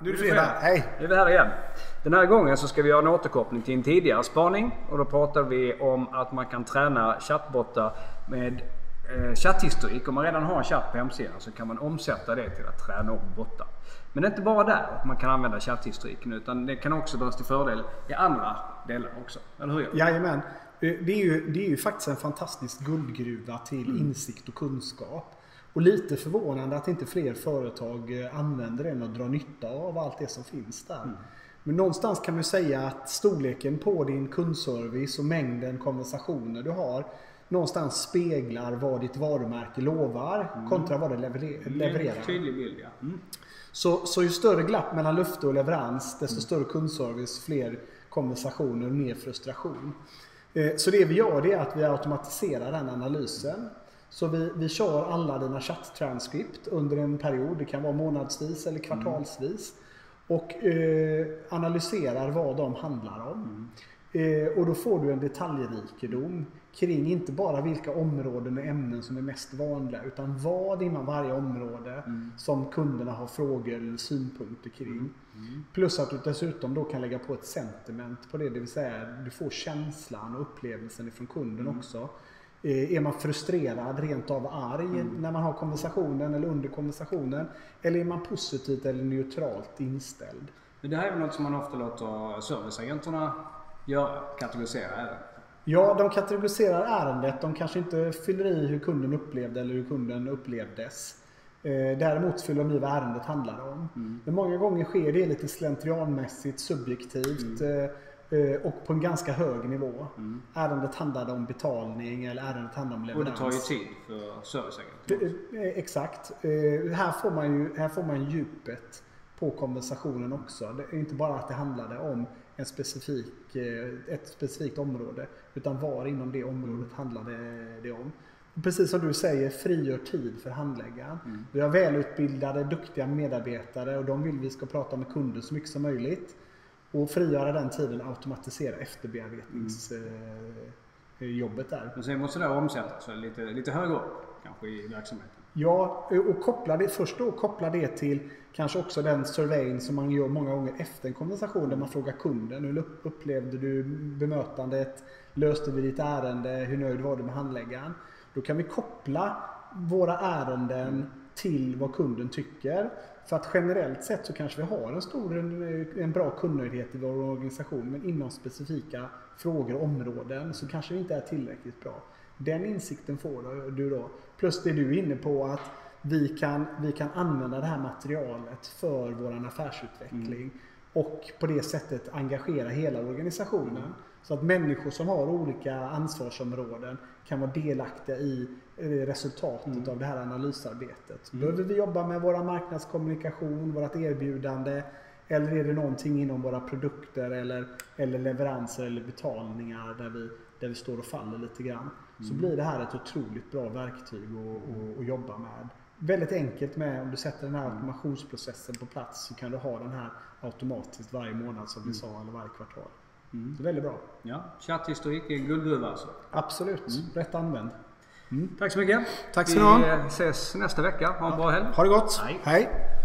Nu är det fredag. Hej! Nu är vi här igen. Den här gången så ska vi göra en återkoppling till en tidigare spaning. Och då pratar vi om att man kan träna chattbottar med chatthistorik. Om man redan har en chatt på hemsidan så kan man omsätta det till att träna om bottar. Men det är inte bara där att man kan använda chatthistoriken, utan det kan också dras till fördel i andra delar också. Eller hur? Jajamän. Det är ju faktiskt en fantastisk guldgruva till insikt och kunskap. Och lite förvånande att inte fler företag använder den och drar nytta av allt det som finns där. Men någonstans kan man säga att storleken på din kundservice och mängden konversationer du har någonstans speglar vad ditt varumärke lovar kontra vad det levererar. Tydlig bild, ja. Så ju större glapp mellan löfte och leverans, desto större kundservice, fler konversationer och mer frustration. Så det vi gör är att vi automatiserar den analysen. Så vi kör alla dina chatttranscript under en period, det kan vara månadsvis eller kvartalsvis. Och analyserar vad de handlar om. Och då får du en detaljrikedom kring inte bara vilka områden och ämnen som är mest vanliga, utan vad inom varje område som kunderna har frågor eller synpunkter kring. Plus att du dessutom då kan lägga på ett sentiment på det vill säga du får känslan och upplevelsen ifrån kunden också. Är man frustrerad, rent av arg när man har konversationen eller under konversationen? Eller är man positivt eller neutralt inställd? Men det här är väl något som man ofta låter serviceagenterna göra, kategorisera ärenden? Ja, de kategoriserar ärendet. De kanske inte fyller i hur kunden upplevde eller hur kunden upplevdes. Däremot fyller de i vad ärendet handlar om. Men många gånger sker det lite slentrianmässigt, subjektivt. Och på en ganska hög nivå. Ärendet handlade om betalning eller ärendet handlade om leverans. Och det tar ju tid för serviceagenten. Exakt. Här får man djupet på konversationen också. Det är inte bara att det handlade om ett specifikt område, utan var inom det området handlade det om. Och precis som du säger, frigör tid för handläggaren. Vi har välutbildade, duktiga medarbetare och de vill vi ska prata med kunder så mycket som möjligt. Och frigöra den tiden och automatisera efterbearbetningsjobbet där. Men sen måste det omsättas lite högre upp kanske i verksamheten. Ja, och koppla det till kanske också den surveyn som man gör många gånger efter en konversation där man frågar kunden. Hur upplevde du bemötandet? Löste vi ditt ärende? Hur nöjd var du med handläggaren? Då kan vi koppla våra ärenden till vad kunden tycker. För att generellt sett så kanske vi har en bra kundnöjdhet i vår organisation, men inom specifika frågor och områden så kanske det inte är tillräckligt bra. Den insikten får du då. Plus det du är inne på att vi kan använda det här materialet för vår affärsutveckling och på det sättet engagera hela organisationen. Så att människor som har olika ansvarsområden kan vara delaktiga i resultatet av det här analysarbetet. Behöver vi jobba med våra marknadskommunikation, vårt erbjudande, eller är det någonting inom våra produkter eller leveranser eller betalningar där vi står och faller lite grann. Så blir det här ett otroligt bra verktyg att jobba med. Väldigt enkelt med om du sätter den här automationsprocessen på plats så kan du ha den här automatiskt varje månad som vi sa eller varje kvartal. Så väldigt bra. Ja, chatthistorik är guldgruva alltså. Absolut, rätt använd. Tack så mycket. Tack så mycket. Vi ses nästa vecka. Ha en bra helg. Ha det gott. Hej.